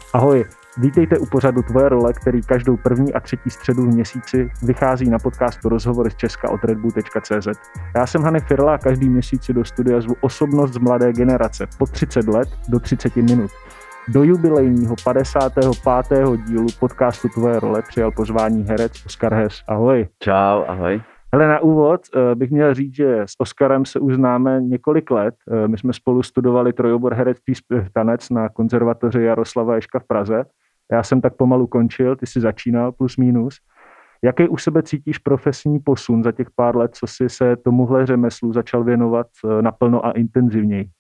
Ahoj, vítejte u pořadu Tvoje role, který každou první a třetí středu v měsíci vychází na podcastu Rozhovory z Česka od redbull.cz. Já jsem Hany Firla a každý měsíc si do studia zvu osobnost z mladé generace pod 30 let do 30 minut. Do jubilejního 55. dílu podcastu Tvoje role přijal pozvání herec Oskar Hess. Ahoj. Čau, ahoj. Hele, na úvod bych měl říct, že s Oskarem se už známe několik let. My jsme spolu studovali trojobor herectví tanec na konzervatoři Jaroslava Ježka v Praze. Já jsem tak pomalu končil, ty jsi začínal plus minus. Jaký u sebe cítíš profesní posun za těch pár let, co jsi se tomuhle řemeslu začal věnovat naplno a intenzivněji?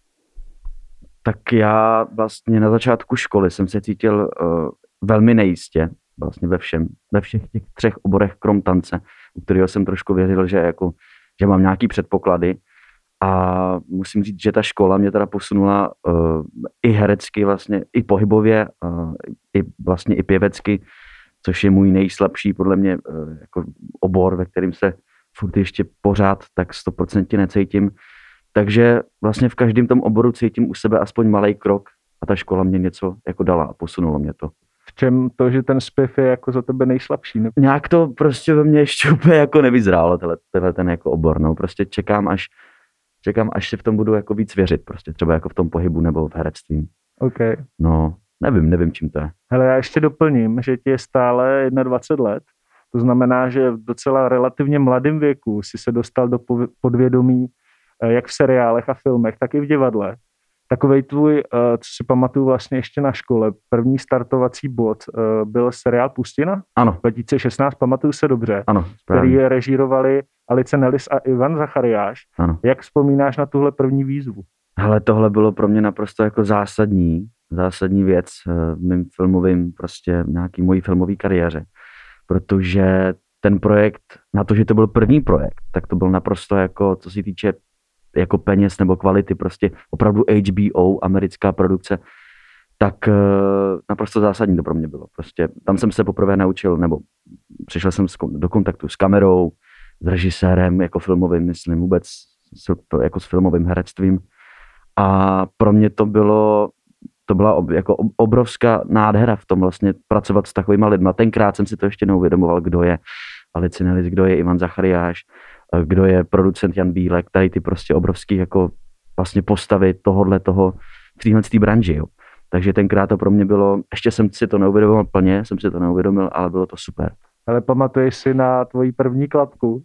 Tak já vlastně na začátku školy jsem se cítil velmi nejistě, vlastně ve všech těch 3 oborech krom tance, u kterého jsem trošku věřil, že mám nějaký předpoklady. A musím říct, že ta škola mě teda posunula i herecky, vlastně i pohybově, i pěvecky, což je můj nejslabší podle mě jako obor, ve kterým se furt ještě pořád tak 100% necítím. Takže vlastně v každém tom oboru cítím u sebe aspoň malej krok a ta škola mě něco jako dala a posunulo mě to. V čem to, že ten zpěv je jako za tebe nejslabší? Ne? Nějak to prostě ve mně ještě úplně jako nevyzrálo, ten jako obor, no. Prostě čekám, až si v tom budu jako víc věřit, prostě třeba jako v tom pohybu nebo v herectví. OK. No, nevím, čím to je. Hele, já ještě doplním, že ti je stále 21 let, to znamená, že v docela relativně mladém věku si se dostal do podvědomí jak v seriálech a filmech, tak i v divadle. Takovej tvůj, co si pamatuju vlastně ještě na škole, první startovací bod byl seriál Pustina? Ano. 2016, pamatuju se dobře. Ano, správně. Který režírovali Alice Nellis a Ivan Zachariáš. Ano. Jak vzpomínáš na tuhle první výzvu? Hele, tohle bylo pro mě naprosto jako zásadní věc v mým filmovým, prostě nějaký mojí filmové kariéře. Protože ten projekt, na to, že to byl první projekt, tak to byl naprosto jako, co se týče jako peněz nebo kvality, prostě opravdu HBO, americká produkce, tak naprosto zásadní to pro mě bylo. Prostě tam jsem se poprvé naučil, nebo přišel jsem do kontaktu s kamerou, s režisérem, jako filmovým, myslím, vůbec jako s filmovým herectvím. A pro mě to byla jako obrovská nádhera v tom vlastně pracovat s takovýma lidma. Tenkrát jsem si to ještě neuvědomoval, kdo je Alice Nellis, kdo je Ivan Zachariáš, kdo je producent Jan Bílek, tady ty prostě obrovský jako vlastně postavy toho v téhle branži, jo. Takže tenkrát to pro mě bylo, ještě jsem si to neuvědomil plně, ale bylo to super. Ale pamatuješ si na tvoji první klapku?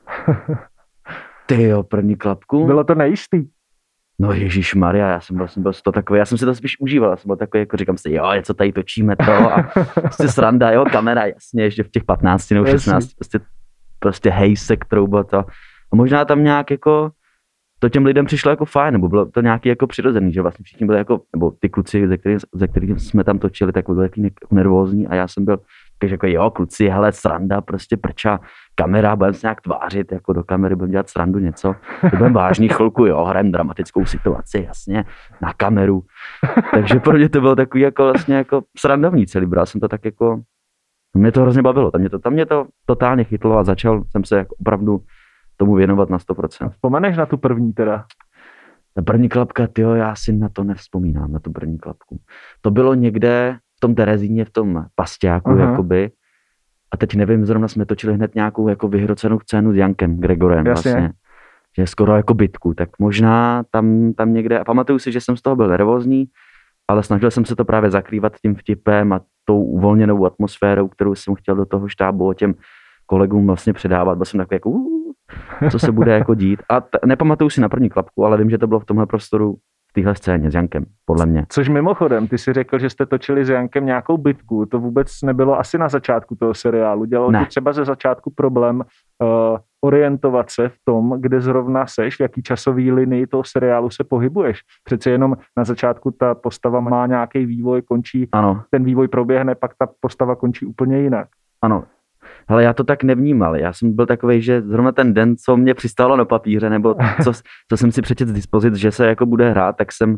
Ty jo, první klapku? Bylo to nejistý. No ježišmarja, já jsem byl to takový, já jsem si to spíš užíval, já jsem byl takový, jako říkám si, jo, něco tady točíme to a prostě sranda, jo, kamera, jasně, ještě v těch 15 nebo 16, prostě hejsek, trouba to. A možná tam nějak jako, to těm lidem přišlo jako fajn, nebo bylo to nějaký jako přirozený, že vlastně všichni byli jako, nebo ty kluci, ze kterých jsme tam točili, tak byli taky nervózní a já jsem byl takže jako jo, kluci, hele, sranda, prostě prča, kamera, budeme se nějak tvářit, jako do kamery budeme dělat srandu něco, to budeme vážný chvilku, jo, hrajeme dramatickou situaci, jasně, na kameru, takže pro mě to bylo takový jako vlastně jako srandovní celý, bral jsem to tak jako, mě to hrozně bavilo, tam mě to totálně chytlo a začal jsem se jako opravdu tomu věnovat na 100%. Vzpomeneš na tu první teda? Ta první klapka, tyjo, já si na to nevzpomínám, na tu první klapku. To bylo někde v tom Terezíně, v tom Pasťáku, jakoby. A teď nevím, zrovna jsme točili hned nějakou jako vyhrocenou scénu s Jankem Gregorem, vlastně. Že skoro jako bitku, tak možná tam někde, a pamatuju si, že jsem z toho byl nervózní, ale snažil jsem se to právě zakrývat tím vtipem a tou uvolněnou atmosférou, kterou jsem chtěl do toho štábu o těm kolegům vlastně předávat. Byl jsem takový jako, co se bude jako dít. A nepamatuju si na první klapku, ale vím, že to bylo v tomhle prostoru, v téhle scéně s Jankem, podle mě. Což mimochodem, ty si řekl, že jste točili s Jankem nějakou bitku, to vůbec nebylo asi na začátku toho seriálu. Dělalo ti třeba ze začátku problém orientovat se v tom, kde zrovna seš, v jaký časový linii toho seriálu se pohybuješ. Přece jenom na začátku ta postava má nějaký vývoj, končí, ano. Ten vývoj proběhne, pak ta postava končí úplně jinak. Ano. Hele, já to tak nevnímal. Já jsem byl takovej, že zrovna ten den, co mě přistálo na papíře, nebo co jsem si přečet z dispozic, že se jako bude hrát,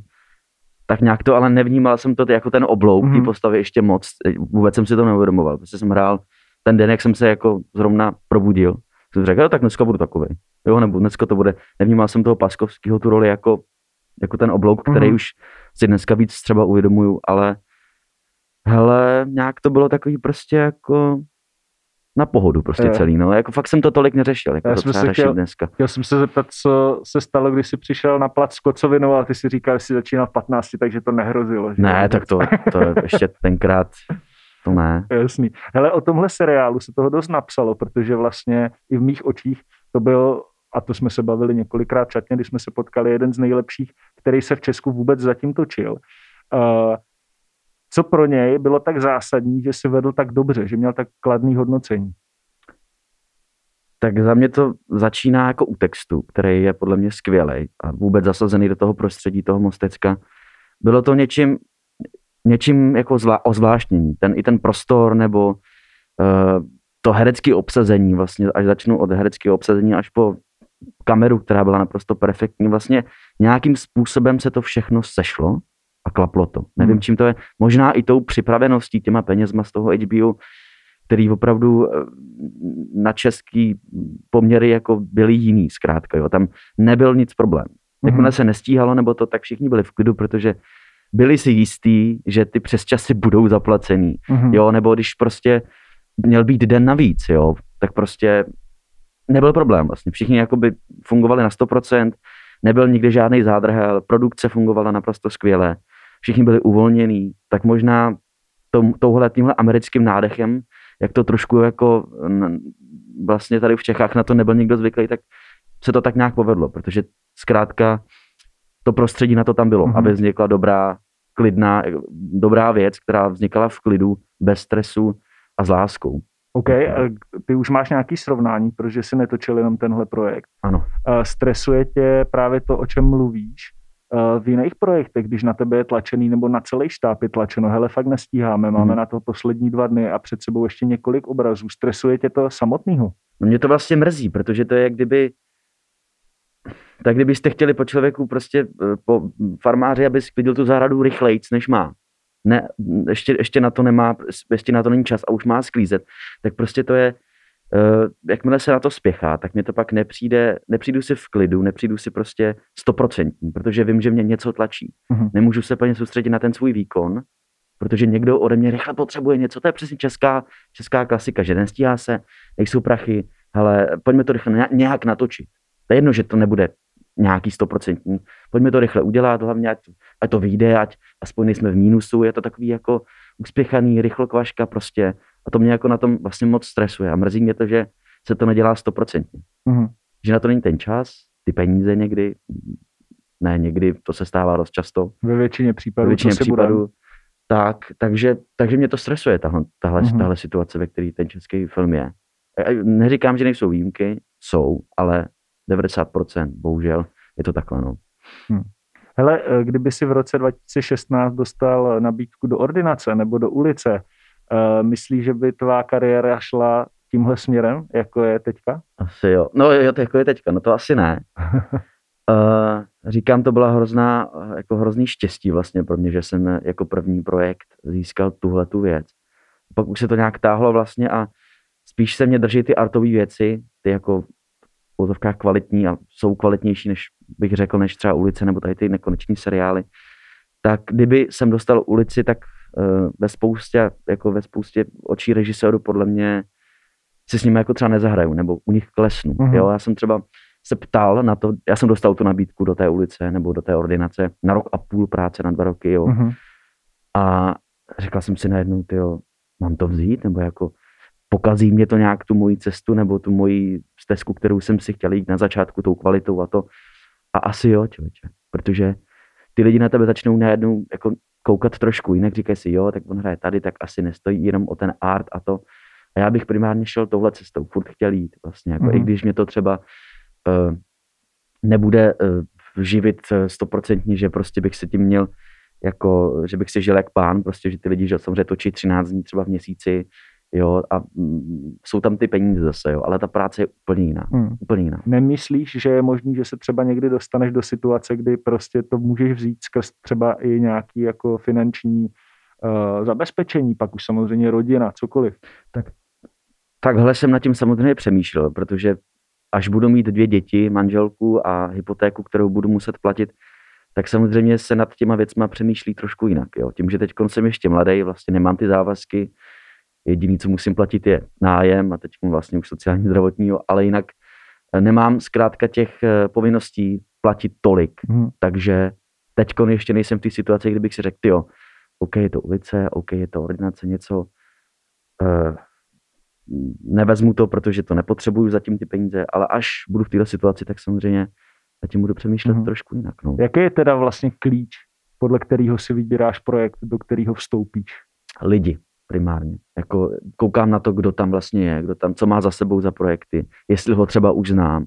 tak nějak to, ale nevnímal jsem to jako ten oblouk té postavy ještě moc. Vůbec jsem si to neuvědomoval. Prostě jsem hrál ten den, jak jsem se jako zrovna probudil. Jsem řekl, tak dneska budu takovej. Jo, nebo dneska to bude. Nevnímal jsem toho Paskovského tu roli jako ten oblouk, který už si dneska víc třeba uvědomuju, ale Hele, nějak to bylo takový prostě jako na pohodu prostě celý, no. Jako fakt jsem to tolik neřešil, jako to třeba řešit dneska. Chtěl jsem se zeptat, co se stalo, když jsi přišel na plac s kocovinou a ty si říkal, že jsi začínal v 15, takže to nehrozilo. Že? Ne, tak to ještě tenkrát, to ne. Jasný. Hele, o tomhle seriálu se toho dost napsalo, protože vlastně i v mých očích to byl, a to jsme se bavili několikrát v čatně, když jsme se potkali, jeden z nejlepších, který se v Česku vůbec zatím točil. Co pro něj bylo tak zásadní, že si vedl tak dobře, že měl tak kladný hodnocení? Tak za mě to začíná jako u textu, který je podle mě skvělej a vůbec zasazený do toho prostředí toho Mostecka. Bylo to něčím jako ozvláštnění. I ten prostor nebo to herecké obsazení, vlastně až začnu od hereckého obsazení až po kameru, která byla naprosto perfektní. Vlastně nějakým způsobem se to všechno sešlo a klaplo to. Nevím, čím to je. Možná i tou připraveností, těma penězma z toho HBO, který opravdu na český poměry jako byly jiný zkrátka. Jo. Tam nebyl nic problém. Jakmile se nestíhalo, nebo to, tak všichni byli v klidu, protože byli si jistí, že ty přesčasy budou zaplacený. Jo, nebo když prostě měl být den navíc, jo, tak prostě nebyl problém vlastně. Všichni jakoby fungovali na 100%, nebyl nikdy žádný zádrhel, produkce fungovala naprosto skvěle, všichni byli uvolnění, tak možná tímhle americkým nádechem, jak to trošku jako vlastně tady v Čechách na to nebyl nikdo zvyklý, tak se to tak nějak povedlo, protože zkrátka to prostředí na to tam bylo, aby vznikla dobrá věc, která vznikala v klidu, bez stresu a s láskou. OK, ty už máš nějaký srovnání, protože jsi netočil jenom tenhle projekt. Ano. Stresuje tě právě to, o čem mluvíš, v jiných projektech, když na tebe je tlačený nebo na celý štáb je tlačeno, hele, fakt nestíháme, máme na to poslední 2 dny a před sebou ještě několik obrazů. Stresuje tě to samotného? Mě to vlastně mrzí, protože to je tak kdybyste chtěli po člověku prostě po farmáři, aby sklidil tu zahradu rychlejc, než má. Ne, ještě na to není čas a už má sklízet, tak prostě to je, jakmile se na to spěchá, tak mě to pak nepřijdu si v klidu, nepřijdu si prostě 100%, protože vím, že mě něco tlačí. Nemůžu se plně soustředit na ten svůj výkon, protože někdo ode mě rychle potřebuje něco, to je přesně česká klasika, že nestíhá se, nejsou prachy, hele, pojďme to rychle nějak natočit. To je jedno, že to nebude nějaký 100%. Pojďme to rychle udělat, hlavně ať to vyjde, ať aspoň nejsme v mínusu, je to takový jako uspěchaný, rychlokvaška prostě a to mě jako na tom vlastně moc stresuje a mrzí mě to, že se to nedělá 100%. Že na to není ten čas, ty peníze někdy, to se stává dost často. Ve většině případů. Takže mě to stresuje, tahle situace, ve které ten český film je. Neříkám, že nejsou výjimky, jsou, ale 90%, bohužel, je to takhle, no. Hele, kdyby si v roce 2016 dostal nabídku do ordinace nebo do ulice, myslíš, že by tvá kariéra šla tímhle směrem, jako je teďka? Asi jo. No jo, jako je teďka, no to asi ne. Říkám, to byla hrozný štěstí vlastně pro mě, že jsem jako první projekt získal tuhletu věc. Pak už se to nějak táhlo vlastně a spíš se mě drží ty artové věci, ty jako v kvalitní a jsou kvalitnější, než bych řekl, než třeba Ulice nebo tady ty nekoneční seriály. Tak kdyby jsem dostal Ulici, tak ve spoustě očí režisérů podle mě si s nimi jako třeba nezahraju, nebo u nich klesnu. Jo, já jsem třeba se ptal na to, já jsem dostal tu nabídku do té Ulice nebo do té ordinace na 1,5 roku práce, na 2 roky, jo. A řekla jsem si najednou, mám to vzít, nebo jako pokazí mě to nějak tu moji cestu nebo tu moji stezku, kterou jsem si chtěl jít na začátku tou kvalitou a to. A asi jo, člověče, protože ty lidi na tebe začnou najednou jako koukat trošku jinak, říkají si, jo, tak on hraje tady, tak asi nestojí jenom o ten art a to. A já bych primárně šel touhle cestou, furt chtěl jít vlastně, jako i když mě to třeba nebude živit 100%, že prostě bych se tím měl, jako, že bych si žil jak pán, prostě, že ty lidi, že samozřejmě točí 13 dní třeba v měsíci, jo, a jsou tam ty peníze zase, jo, ale ta práce je úplně jiná, úplně jiná. Nemyslíš, že je možný, že se třeba někdy dostaneš do situace, kdy prostě to můžeš vzít skrz třeba i nějaký jako finanční zabezpečení, pak už samozřejmě rodina, cokoliv? Takhle jsem nad tím samozřejmě přemýšlel, protože až budu mít 2 děti, manželku a hypotéku, kterou budu muset platit, tak samozřejmě se nad těma věcma přemýšlí trošku jinak. Jo. Tím, že teď jsem ještě mladý, vlastně nemám ty závazky, jediný, co musím platit, je nájem a teď vlastně už sociální zdravotního, ale jinak nemám zkrátka těch povinností platit tolik. Takže teď ještě nejsem v té situaci, kdybych si řekl, jo, OK, je to ulice, OK, je to ordinace, něco, nevezmu to, protože to nepotřebuju zatím ty peníze, ale až budu v této situaci, tak samozřejmě zatím budu přemýšlet trošku jinak. No. Jaký je teda vlastně klíč, podle kterého si vybíráš projekt, do kterého vstoupíš? Lidi primárně. Jako koukám na to, kdo tam vlastně je, kdo tam, co má za sebou za projekty, jestli ho třeba už znám.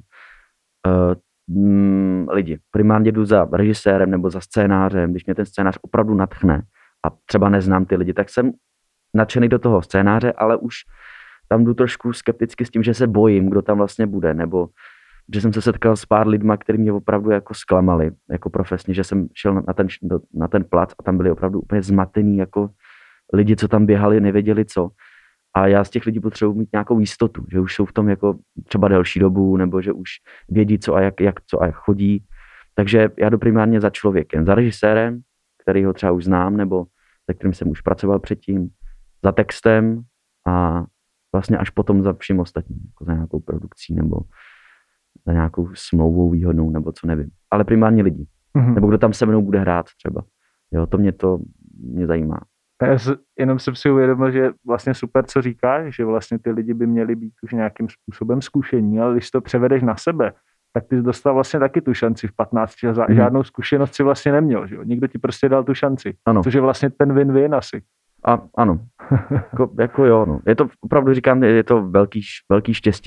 Lidi. Primárně jdu za režisérem nebo za scénářem, když mě ten scénář opravdu nadchne a třeba neznám ty lidi, tak jsem nadšený do toho scénáře, ale už tam jdu trošku skepticky s tím, že se bojím, kdo tam vlastně bude, nebo že jsem se setkal s pár lidma, kteří mě opravdu jako zklamali, jako profesně, že jsem šel na ten plac a tam byli opravdu úplně zmatený, jako lidi, co tam běhali, nevěděli co. A já z těch lidí potřebuji mít nějakou jistotu, že už jsou v tom jako třeba delší dobu, nebo že už vědí, co a jak chodí. Takže já jdu primárně za člověkem, za režisérem, který ho třeba už znám, nebo se kterým jsem už pracoval předtím, za textem a vlastně až potom za vším ostatním, jako za nějakou produkcí nebo za nějakou smlouvou výhodnou, nebo co nevím. Ale primárně lidi. Nebo kdo tam se mnou bude hrát třeba. Jo, to mě zajímá. Jenom jsem si uvědomil, že vlastně super, co říkáš, že vlastně ty lidi by měli být už nějakým způsobem zkušení, ale když to převedeš na sebe, tak ty jsi dostal vlastně taky tu šanci v 15 a žádnou zkušenost si vlastně neměl, že jo? Nikdo ti prostě dal tu šanci, ano. Což je vlastně ten win-win asi. Ano, jako jo, no. Je to opravdu, říkám, je to velký štěstí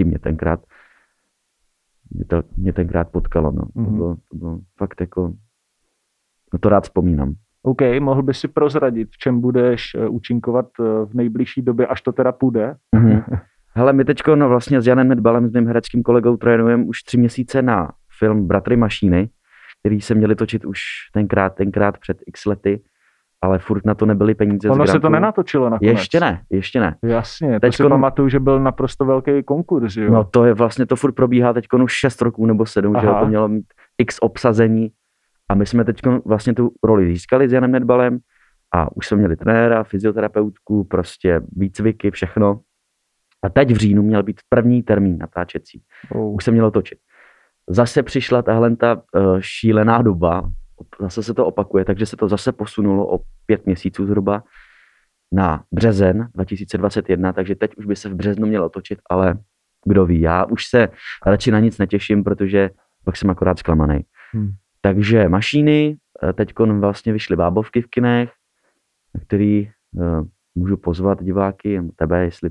mě tenkrát potkalo, no. To bylo fakt jako, no to rád vzpomínám. OK, mohl bys si prozradit, v čem budeš účinkovat v nejbližší době, až to teda půjde? Hele, my teďko vlastně s Janem Nedbalem, s mým hereckým kolegou, trénujeme už 3 měsíce na film Bratry Mašíny, který se měli točit už tenkrát před x lety, ale furt na to nebyly peníze. Ono se to nenatočilo nakonec. Ještě ne. Jasně, to si pamatuju, že byl naprosto velký konkurs, jo? No to je vlastně, to furt probíhá teďko už 6 roků nebo 7, že to mělo mít x obsazení a my jsme teďko vlastně tu roli získali s Janem Nedbalem a už jsme měli trenéra, fyzioterapeutku, prostě výcviky, všechno. A teď v říjnu měl být první termín natáčecí. Už se mělo točit. Zase přišla tahle šílená doba, zase se to opakuje, takže se to zase posunulo o 5 měsíců zhruba na březen 2021, takže teď už by se v březnu mělo točit, ale kdo ví, já už se radši na nic netěším, protože pak jsem akorát zklamaný. Takže Mašíny, teďkon vlastně vyšly bábovky v kinech, na který můžu pozvat diváky, tebe, jestli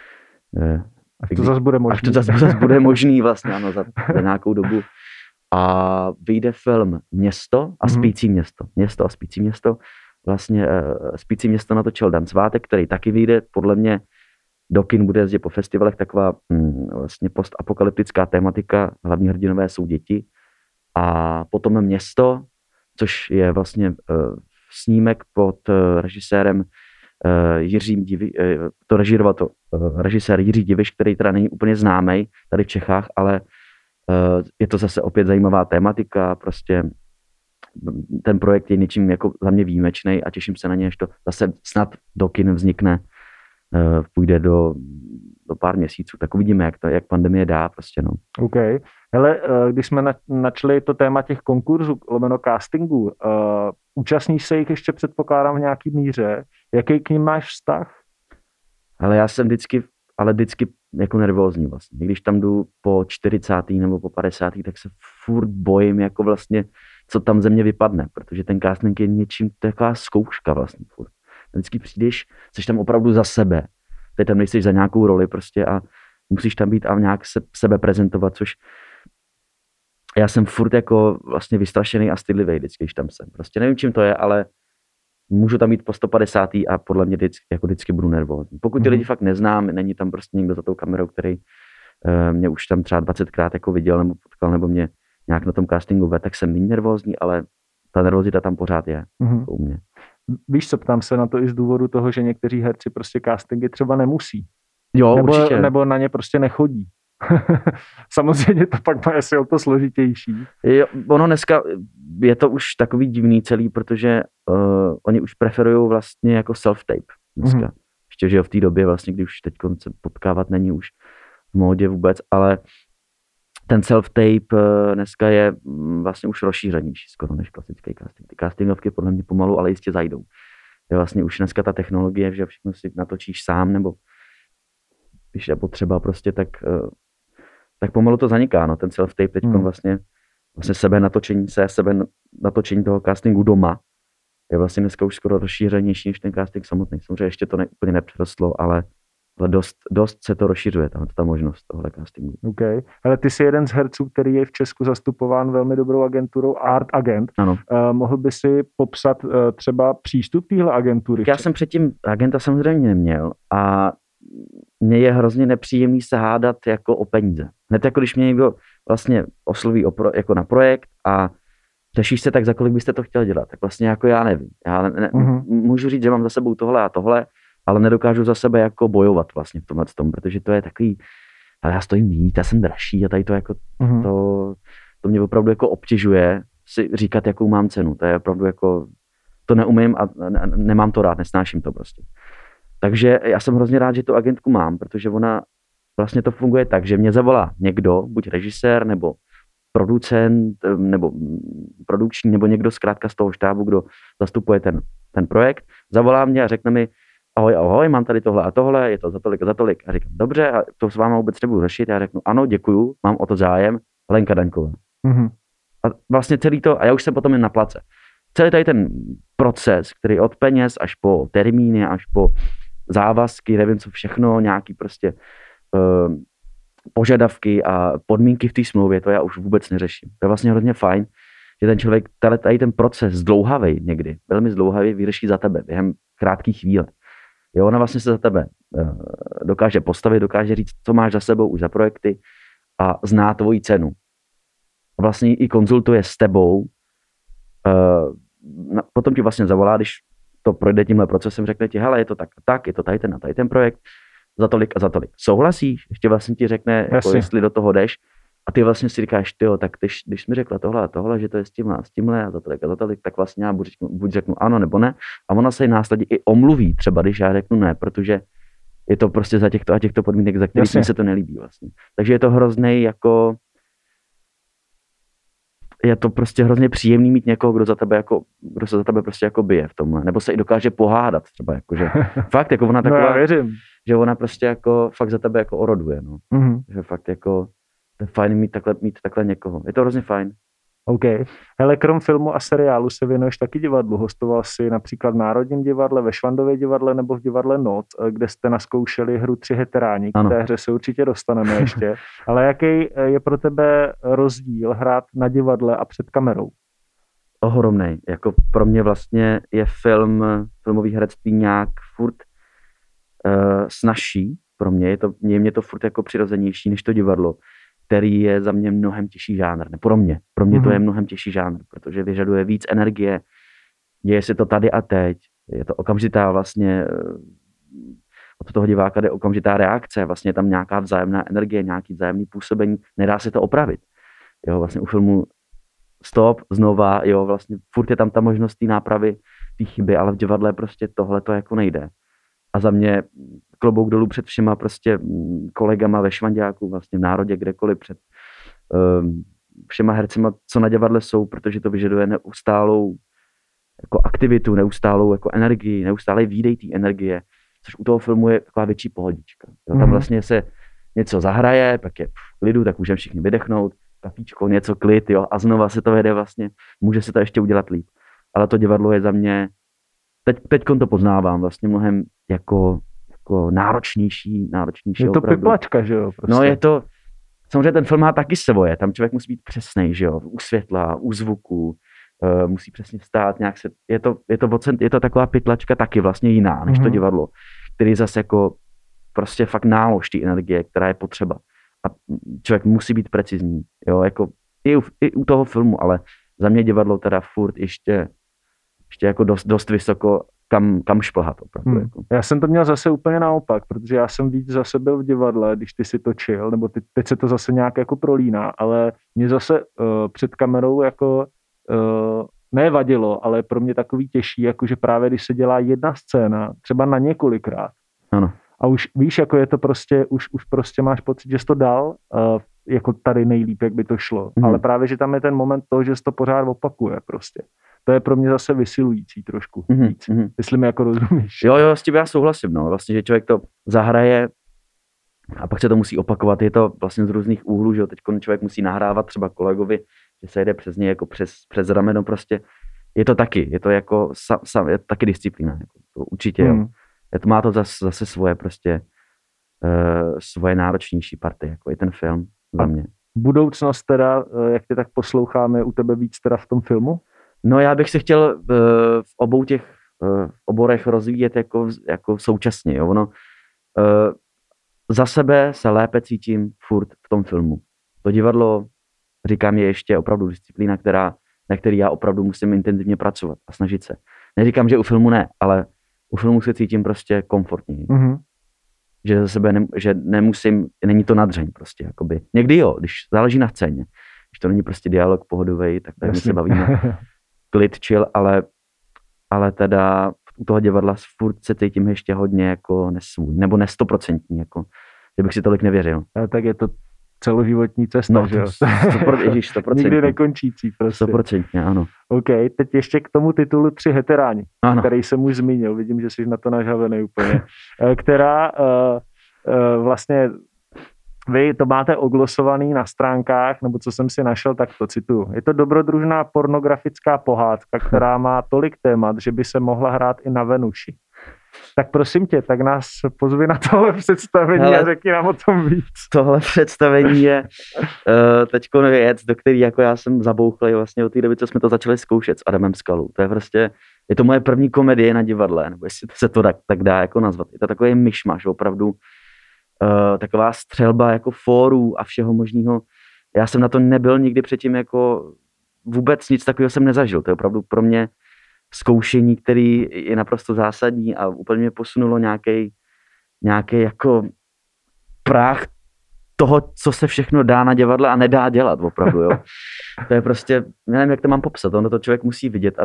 až to zase bude možný. Až to zase bude možný vlastně, ano, za nějakou dobu. A vyjde film Město a Spící město. Město a Spící město. Vlastně Spící město natočil Dan Svátek, který taky vyjde. Podle mě do kin bude jezdit po festivalech taková vlastně postapokalyptická tematika. Hlavní hrdinové jsou děti. A potom Město, což je vlastně snímek pod režisérem Jiřím to režíroval to režisér Jiří Diviš, který teda není úplně známý tady v Čechách, ale je to zase opět zajímavá tematika, prostě ten projekt je něčím jako za mě výjimečný a těším se na něj, až to zase snad do kin vznikne, půjde do pár měsíců, tak uvidíme, jak pandemie dá prostě, no. OK. Hele, když jsme načali to téma těch konkurzů, lomeno castingů, účastníš se jich ještě, předpokládám, v nějaký míře. Jaký k nim máš vztah? Ale já jsem vždycky jako nervózní vlastně. Když tam jdu po 40. nebo po 50., tak se furt bojím, jako vlastně, co tam ze mě vypadne, protože ten casting je něčím, taková zkouška vlastně furt. Vždycky přijdeš, jsi tam opravdu za sebe. Teď tam nejsi za nějakou roli prostě a musíš tam být a nějak sebe prezentovat, což já jsem furt jako vlastně vystrašený a stydlivý vždycky, když tam jsem. Prostě nevím, čím to je, ale můžu tam být po 150. a podle mě vždycky budu nervózní. Pokud ty lidi fakt neznám, není tam prostě někdo za tou kamerou, který mě už tam třeba 20krát jako viděl nebo potkal, nebo mě nějak na tom castingu ve, tak jsem méně nervózní, ale ta nervozita tam pořád je u mě. Víš co, ptám se na to i z důvodu toho, že někteří herci prostě castingy třeba nemusí. Jo, určitě. Nebo na ně prostě nechodí. Samozřejmě to pak má asi o to složitější. Jo, ono dneska je to už takový divný celý, protože oni už preferují vlastně jako self-tape dneska. Ještě, že v té době vlastně, kdy už teď se potkávat není už v módě vůbec, ale ten self-tape dneska je vlastně už rozšířenější skoro než klasický casting. Ty castingovky podle mě pomalu, ale jistě zajdou. Je vlastně už dneska ta technologie, že všechno si natočíš sám, nebo když je potřeba prostě, tak pomalu to zaniká. No. Ten self-tape teď vlastně sebe natočení toho castingu doma je vlastně dneska už skoro rozšířenější než ten casting samotný. Samozřejmě ještě to úplně nepřerostlo, ale dost se to rozšiřuje, ta možnost tohle castingu. Okay. Ale ty jsi jeden z herců, který je v Česku zastupován velmi dobrou agenturou Art Agent. Ano. Mohl by si popsat třeba přístup téhle agentury? Já jsem předtím agenta samozřejmě neměl a mně je hrozně nepříjemný se hádat jako o peníze. Hned jako když mě někdo vlastně osloví jako na projekt a řešíš se tak, za kolik byste to chtěl dělat, tak vlastně jako já nevím. Já můžu říct, že mám za sebou tohle a tohle, ale nedokážu za sebe jako bojovat vlastně v tomhle tom, protože to je takový, ale já stojím víc, já jsem dražší a tady to jako to mě opravdu jako obtěžuje si říkat, jakou mám cenu. To je opravdu jako, to neumím a nemám to rád, nesnáším to prostě. Takže já jsem hrozně rád, že tu agentku mám, protože ona vlastně to funguje tak, že mě zavolá někdo, buď režisér, nebo producent, nebo produkční, nebo někdo zkrátka z toho štábu, kdo zastupuje ten projekt, zavolá mě a řekne mi, ahoj, mám tady tohle a tohle, je to za tolik a za tolik. A říkám, dobře, a to s váma vůbec nebudu řešit. Já řeknu, ano, děkuju, mám o to zájem, Lenka Daňková. A vlastně celý to, a já už jsem potom jen na place. Celý tady ten proces, který od peněz až po termíny, až po závazky, nevím co všechno, nějaký prostě požadavky a podmínky v té smlouvě, to já už vůbec neřeším. To je vlastně hrozně fajn, že ten člověk tady ten proces zdlouhavej někdy, velmi zdlouhavý, vyřeší za tebe během krátké chvíle. Jo, ona vlastně se za tebe dokáže postavit, dokáže říct, co máš za sebou už za projekty a zná tvoji cenu. A vlastně i konzultuje s tebou, potom ti vlastně zavolá, když to projde tímhle procesem, řekne ti, hele, je to tak, je to tady ten projekt, za tolik a za tolik. Souhlasíš? Ještě vlastně ti řekne, jako jestli do toho jdeš. A ty vlastně si říkáš, tyjo, tak když jsi mi řekla tohle a tohle, že to je s tímhle a za tolik, tak vlastně já buď řeknu ano nebo ne. A ona se následně i omluví, třeba když já řeknu ne, protože je to prostě za těchto podmínek, za kterých mi se to nelíbí vlastně. Takže je to hroznej jako, je to prostě hrozně příjemný mít někoho, kdo se za tebe prostě jako bije v tomhle. Nebo se i dokáže pohádat třeba, jakože fakt, jako ona taková, já věřím. Že ona prostě jako fakt za tebe jako oroduje, no. Že fakt jako to je fajn mít takhle někoho. Je to hrozně fajn. OK. Hele, krom filmu a seriálu se věnuješ taky divadlu. Hostoval jsi například v Národním divadle, ve Švandově divadle nebo v divadle Noc, kde jste nazkoušeli hru Tři heteráni. K té hře se určitě dostaneme ještě. Ale jaký je pro tebe rozdíl hrát na divadle a před kamerou? Ohromnej. Jako pro mě vlastně je filmový herectví nějak furt snazší. Pro mě je mě to furt jako přirozenější než to divadlo, který je za mě mnohem těžší žánr. Ne, pro mě to je mnohem těžší žánr, protože vyžaduje víc energie, děje se to tady a teď, je to okamžitá vlastně, od toho diváka jde okamžitá reakce, vlastně je tam nějaká vzájemná energie, nějaký vzájemný působení, nedá se to opravit. Jo, vlastně u filmu stop, znova, jo, vlastně furt je tam ta možnost té nápravy, té chyby, ale v divadle prostě tohle to jako nejde. A za mě klobouk dolů před všema prostě kolegama ve Švanďáku, vlastně v Národě, kdekoliv, před všema hercema, co na divadle jsou, protože to vyžaduje neustálou jako aktivitu, neustálou jako energii, neustálej výdej té energie, což u toho filmu je taková větší pohodička. Jo, tam vlastně se něco zahraje, pak je v klidu, tak můžeme všichni vydechnout, kafíčko, něco klid, jo, a znova se to vede vlastně, může se to ještě udělat líp. Ale to divadlo je za mě, teďkon to poznávám, vlastně mnohem jako náročnější je to opravdu. Piplačka, že jo? Prostě. No je to, samozřejmě ten film má taky svoje, tam člověk musí být přesnej, že jo, u světla, u zvuku, musí přesně vstát, nějak se, je to taková pytlačka taky vlastně jiná, než to divadlo, který zase jako prostě fakt nálož té energie, která je potřeba. A člověk musí být precizní, jo, jako i u toho filmu, ale za mě divadlo teda furt ještě ještě jako dost vysoko, kam šplhat opravdu. Jako. Já jsem to měl zase úplně naopak, protože já jsem víc zase byl v divadle, když ty si točil, nebo teď se to zase nějak jako prolíná, ale mě zase před kamerou jako nevadilo, ale pro mě takový těžší, jakože právě když se dělá jedna scéna, třeba na několikrát. Ano. A už víš, jako je to prostě, už prostě máš pocit, že jsi to dal jako tady nejlíp, jak by to šlo. Ale právě, že tam je ten moment toho, že se to pořád opakuje prostě. To je pro mě zase vysilující trošku víc. Jestli mi jako rozumíš. Jo, s tím já souhlasím, no. Vlastně, že člověk to zahraje a pak se to musí opakovat. Je to vlastně z různých úhlů, že jo. Teď člověk musí nahrávat třeba kolegovi, že se jede přes něj jako přes rameno prostě. Je to taky, je to jako je to taky disciplína. Jako, to určitě, jo. Má to zase svoje prostě svoje náročnější party, jako je ten film za mě. Budoucnost teda, jak tě tak posloucháme, u tebe víc teda v tom filmu? No já bych se chtěl v obou těch oborech rozvíjet jako současně. Jo? Ono, za sebe se lépe cítím furt v tom filmu. To divadlo, říkám, je ještě opravdu disciplína, na který já opravdu musím intenzivně pracovat a snažit se. Neříkám, že u filmu ne, ale u filmu se cítím prostě komfortněji. Že za sebe že nemusím, není to nadřeň prostě, jakoby. Někdy jo, když záleží na scéně. Když to není prostě dialog pohodovej, tak tady my se bavíme klid, chill, ale teda u toho divadla furt se cítím ještě hodně jako nesvůj, nebo ne 100%, jako, že bych si tolik nevěřil. A tak je to celoživotní cesta, no, že jo? 100%. Nikdy nekončící prostě. 100%, ano. OK, teď ještě k tomu titulu 3 heteráni, ano. Který jsem už zmínil, vidím, že jsi na to nažhavený úplně, která vlastně vy to máte oglosovaný na stránkách, nebo co jsem si našel, tak to cituju. Je to dobrodružná pornografická pohádka, která má tolik témat, že by se mohla hrát i na Venuši. Tak prosím tě, tak nás pozvi na tohle představení a řekni nám o tom víc. Tohle představení je teďko věc, do který jako já jsem zabouchlej vlastně od té doby, co jsme to začali zkoušet s Adamem Skalou. To je prostě, je to moje první komedie na divadle, nebo jestli se to tak dá jako nazvat. Je to takový myšmaš, opravdu taková střelba jako fórů a všeho možného. Já jsem na to nebyl nikdy předtím jako vůbec nic takového jsem nezažil. To je opravdu pro mě zkoušení, který je naprosto zásadní a úplně mě posunulo nějaký jako práh toho, co se všechno dá na divadle a nedá dělat opravdu, jo. To je prostě, nevím, jak to mám popsat, ono to člověk musí vidět,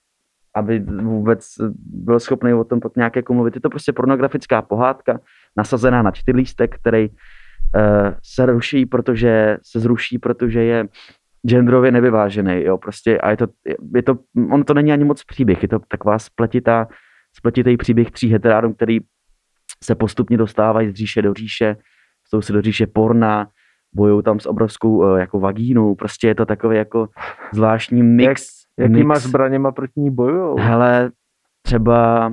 aby vůbec byl schopný o tom nějak jako mluvit. Je to prostě pornografická pohádka, nasazená na čtyřlístek, který se zruší, protože je genderově nevyvážený, jo, prostě a je to, on to není ani moc příběh, je to taková spletitý příběh 3 heterárů, který se postupně dostávají z říše do říše, jsou se do říše porna, bojují tam s obrovskou jako vagínou, prostě je to takový jako zvláštní mix. Jakýma zbraněma proti ní bojujou? Hele, třeba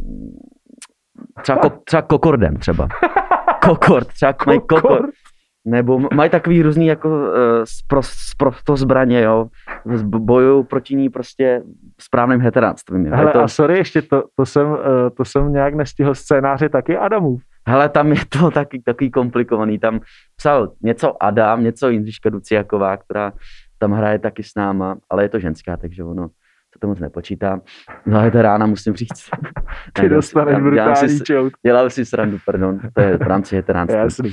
kokordem třeba. Mají kokord. Nebo mají takový různý jako sprosto zbraně, jo. Bojují proti ní prostě správným heteránstvím. Hele, a sorry, ještě to jsem nějak nestihl scénáře taky Adamův. Hele, tam je to taky komplikovaný. Tam psal něco Adam, něco Jindřiška Duciaková, která tam hraje taky s náma, ale je to ženská, takže ono se to moc nepočítá. No heterána musím říct. Ty dostaneš brutální čout. Dělal si srandu, pardon. To je v rámci heteránství. Jasný.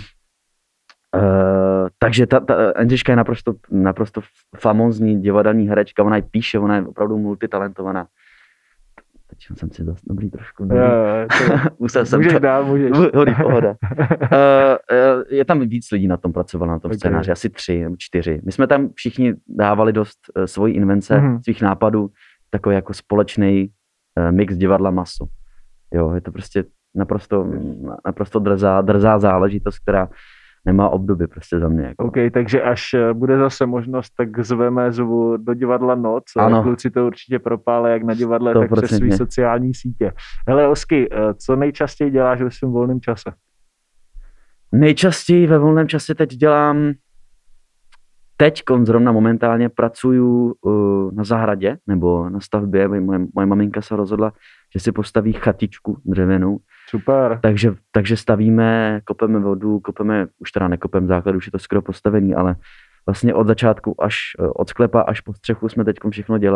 Takže ta Jindřiška je naprosto famózní divadelní herečka, ona ji píše, ona je opravdu multitalentovaná. Teď jsem si dost dobrý trošku. Můžeš dál, můžeš. Hodí, pohoda. Je tam víc lidí na tom pracovalo, na tom scénáři, asi 3 nebo 4. My jsme tam všichni dávali dost svojí invence, svých nápadů, takový jako společný mix divadla maso. Jo, je to prostě naprosto drzá záležitost, která nemá obdoby prostě za mě. Jako. OK, takže až bude zase možnost, tak zvu do divadla Noc. Ano. Kluci to určitě propálí jak na divadle, tak přes svý sociální sítě. Hele, Osky, co nejčastěji děláš ve svém volném čase? Nejčastěji ve volném čase teď dělám, zrovna momentálně pracuju na zahradě nebo na stavbě. Moje maminka se rozhodla, že si postaví chatičku dřevěnou. Super. Takže stavíme, kopeme vodu, už teda nekopeme základ, už je to skoro postavený, ale vlastně od začátku od sklepa až po střechu jsme teď všechno dělali.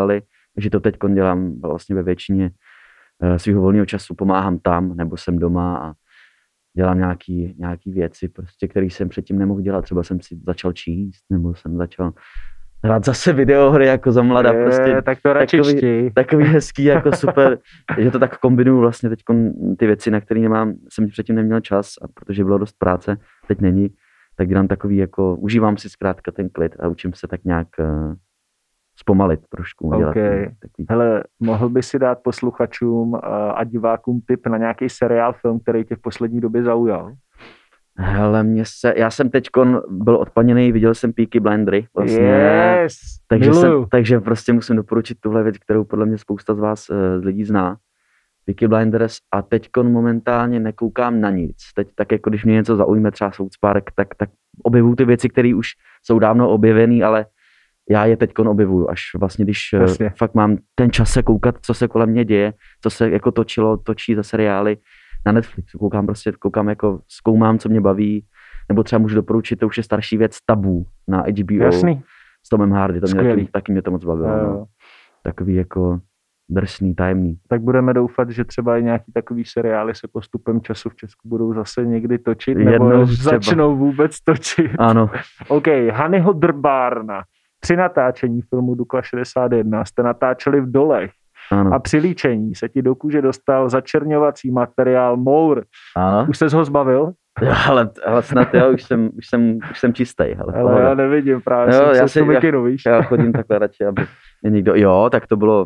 Takže to teď dělám vlastně ve většině svého volného času, pomáhám tam, nebo jsem doma a dělám nějaký věci, prostě, které jsem předtím nemohl dělat. Třeba jsem si začal číst, nebo jsem začal hrát zase videohry jako za mladá. Prostě tak to radši čti. Takový hezký, jako super, že to tak kombinuju vlastně teď ty věci, na které jsem předtím neměl čas, a protože bylo dost práce, teď není, tak dělám takový jako, užívám si zkrátka ten klid a učím se tak nějak zpomalit trošku. Okay. Hele, mohl by si dát posluchačům a divákům tip na nějaký seriál, film, který tě v poslední době zaujal? Hele, já jsem teďkon byl odpaněný, viděl jsem Peaky Blinders vlastně. Yes, takže prostě musím doporučit tuhle věc, kterou podle mě spousta z vás z lidí zná. Peaky Blinders a teďkon momentálně nekoukám na nic. Teď tak jako když mě něco zaujme, třeba South Park, tak objevuju ty věci, které už jsou dávno objevený, ale já je teďkon objevuju, až vlastně, když fakt mám ten čas se koukat, co se kolem mě děje, co se jako točí za seriály na Netflixu. Koukám jako, zkoumám, co mě baví, nebo třeba můžu doporučit, to už je starší věc, Tabu na HBO. Jasný. S Tomem Hardy, taky mě to moc bavilo. No. Takový jako drsný, tajemný. Tak budeme doufat, že třeba i nějaký takový seriály se postupem času v Česku budou zase někdy točit, nebo začnou vůbec točit. Ano. OK, Hanyho Drbárna. Při natáčení filmu Dukla 61 jste natáčeli v dolech. Ano. A při líčení se ti do kůže dostal začerňovací materiál mour. Ano. Už ses ho zbavil? Ale snad jo, už jsem čistý. Ale já nevidím právě, víš? Já chodím takhle radši, aby někdo, tak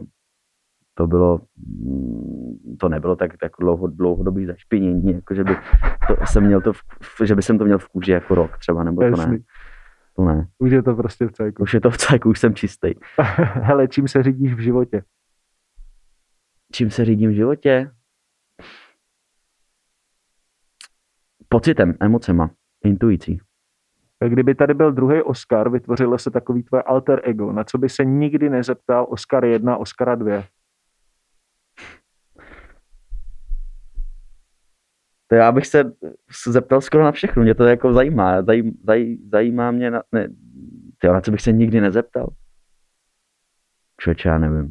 to nebylo tak dlouhodobý zašpinění, jako že by jsem to měl v kůži jako rok třeba, nebo to ne. Už je to prostě v cajku. Už je to v cajku, už jsem čistý. Hele, čím se řídíš v životě? Čím se řídím v životě? Pocitem, emocema, intuicí. Kdyby tady byl druhý Oscar, vytvořilo se takový tvoje alter ego, na co by se nikdy nezeptal Oscar 1, Oscara 2? To já bych se zeptal skoro na všechno, mě to jako zajímá. Zajímá mě, na co bych se nikdy nezeptal. Člověče, já nevím.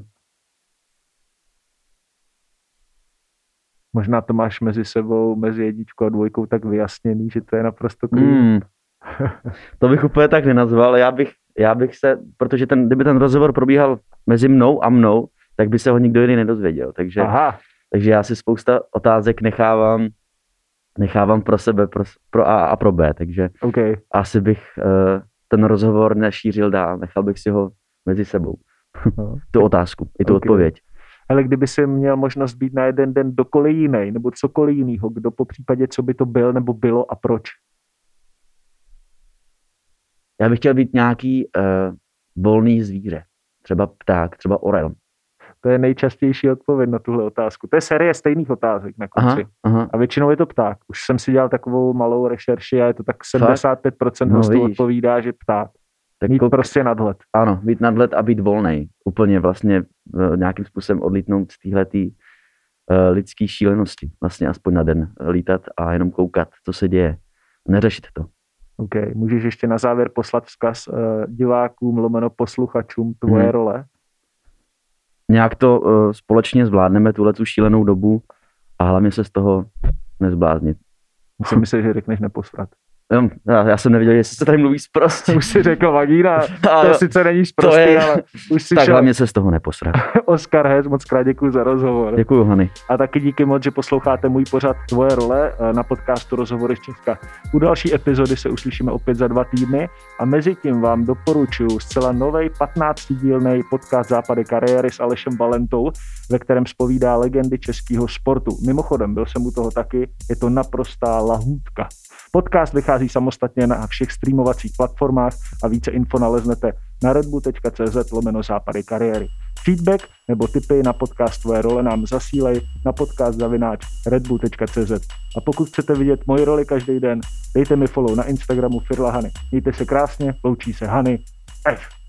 Možná to máš mezi sebou, mezi 1 a 2 tak vyjasněný, že to je naprosto klíč. To bych úplně tak nenazval. Já bych se, protože kdyby ten rozhovor probíhal mezi mnou a mnou, tak by se ho nikdo jiný nedozvěděl. Takže já si spousta otázek nechávám pro sebe, pro A a pro B, takže asi bych ten rozhovor nešířil dál, nechal bych si ho mezi sebou. Tu otázku, i tu odpověď. Ale kdyby si měl možnost být na jeden den dokoliv jiný, nebo cokoliv jinýho, kdo po případě, co by to byl, nebo bylo a proč? Já bych chtěl být nějaký volný zvíře, třeba pták, třeba orel. To je nejčastější odpověď na tuhle otázku. To je série stejných otázek na konci. Aha. A většinou je to pták. Už jsem si dělal takovou malou rešerši a je to tak 75% hostů odpovídá, že pták. Tak mít prostě nadhled. Ano, mít nadhled a být volnej. Úplně vlastně nějakým způsobem odlítnout z téhletý lidský šílenosti. Vlastně aspoň na den lítat a jenom koukat, co se děje. Neřešit to. OK. Můžeš ještě na závěr poslat vzkaz divákům, posluchačům tvoje role? Nějak to společně zvládneme, tu šílenou dobu a hlavně se z toho nezbláznit. Jsem myslel, že řekneš neposrat. Já jsem neviděl, jestli se tady mluví sprostě. Už si řekl vagína, to sice není sprostý, ale už si tak hlavně se z toho neposrat. Oskar Hez, moc krát děkuji za rozhovor. Děkuji, Hany. A taky díky moc, že posloucháte můj pořad Tvoje role na podcastu Rozhovory z Česka. U další epizody se uslyšíme opět za 2 týdny a mezi tím vám doporučuji zcela novej 15-dílnej podcast Západy kariéry s Alešem Valentou, ve kterém zpovídá legendy českého sportu. Mimochodem, byl jsem u toho taky, je to naprostá lahůdka. Podcast vychází samostatně na všech streamovacích platformách a více info naleznete na redbull.cz/západy kariéry. Feedback nebo tipy na podcast Tvoje role nám zasílej na podcast@redbull.cz. A pokud chcete vidět moji roli každý den, dejte mi follow na Instagramu Firla Hany. Mějte se krásně, loučí se Hany F.